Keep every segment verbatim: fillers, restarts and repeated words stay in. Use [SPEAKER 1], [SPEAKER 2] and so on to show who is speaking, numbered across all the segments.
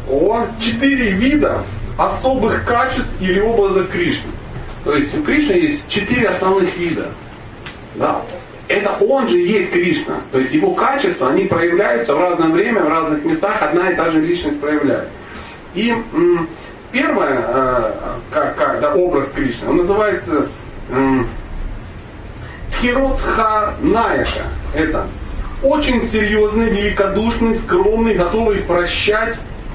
[SPEAKER 1] О, четыре вида особых качеств или образа Кришны. То есть у Кришны есть четыре основных вида. Да. Это он же и есть Кришна. То есть его качества, они проявляются в разное время, в разных местах, одна и та же личность проявляет. И м, первое, э, как, как, да, образ Кришны, он называется э, Тхиротха-наяка. Это очень серьезный, великодушный, скромный, готовый прощать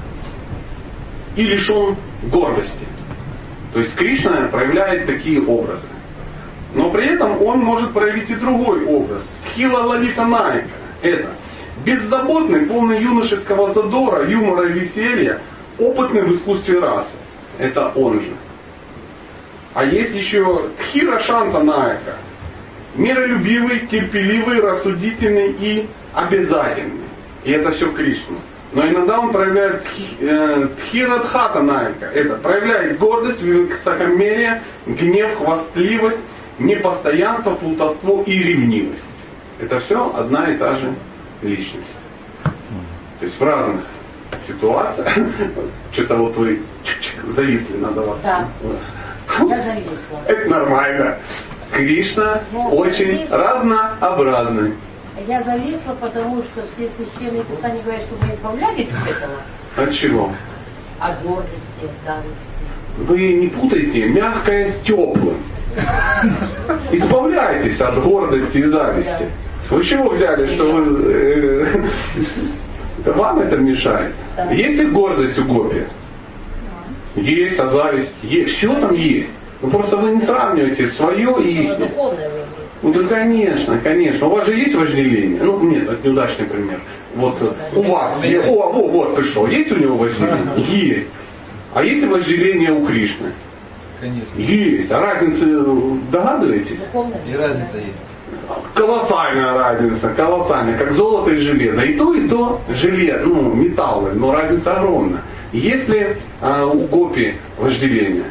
[SPEAKER 1] и лишен гордости. То есть Кришна проявляет такие образы. Но при этом он может проявить и другой образ. Тхила-лалита-наяка. Это беззаботный, полный юношеского задора, юмора и веселья, опытный в искусстве расы. Это он же. А есть еще Тхира-шанта-наяка. Миролюбивый, терпеливый, рассудительный и обязательный. И это все Кришна. Но иногда он проявляет Тхирадхата-наяка. Это проявляет гордость, высокомерие, гнев, хвастливость, непостоянство, плутовство и ревнивость. Это все одна и та же личность. То есть в разных ситуациях. Что-то вот вы зависли, надо вас.
[SPEAKER 2] Да. Я зависла.
[SPEAKER 1] Это нормально. Кришна очень разнообразный.
[SPEAKER 2] Я зависла, потому что все священные писания говорят, что вы избавляетесь от этого.
[SPEAKER 1] От чего?
[SPEAKER 2] От гордости, от зависти.
[SPEAKER 1] Вы не путайте мягкое с теплым. Избавляйтесь от гордости и зависти. Вы чего взяли, что вы... Вам это мешает? Есть ли гордость у гопи? Есть, а зависть есть. Все там есть. Ну просто вы не сравниваете свое и их. Ну да, конечно, конечно. У вас же есть вожделение? Ну нет, это неудачный пример. Вот у вас, о, о, вот пришел. Есть у него вожделение? Есть. А есть ли вожделение у Кришны?
[SPEAKER 3] Конечно.
[SPEAKER 1] Есть. А разницу догадываетесь?
[SPEAKER 3] И разница есть.
[SPEAKER 1] Колоссальная разница, колоссальная, как золото и железо. И то, и то железо, ну, металлы, но разница огромная. Есть ли а, у гопи вожделение?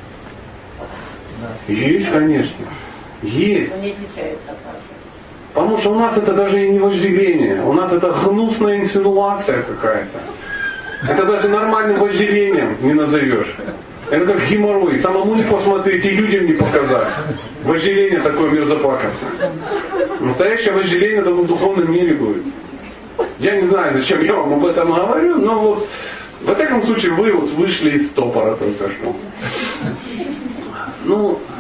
[SPEAKER 3] Да.
[SPEAKER 1] Есть, конечно. Есть.
[SPEAKER 2] Но не отличается.
[SPEAKER 1] Потому что у нас это даже и не вожделение. У нас это гнусная инсинуация какая-то. Это даже нормальным вожделением не назовешь. Это как геморрой. Самому не посмотреть и людям не показать. Вожделение такое мерзопакостное. Настоящее вожделение только в духовном мире будет. Я не знаю, зачем я вам об этом говорю, но вот во всяком случае вы вот вышли из стопора только что. Ну,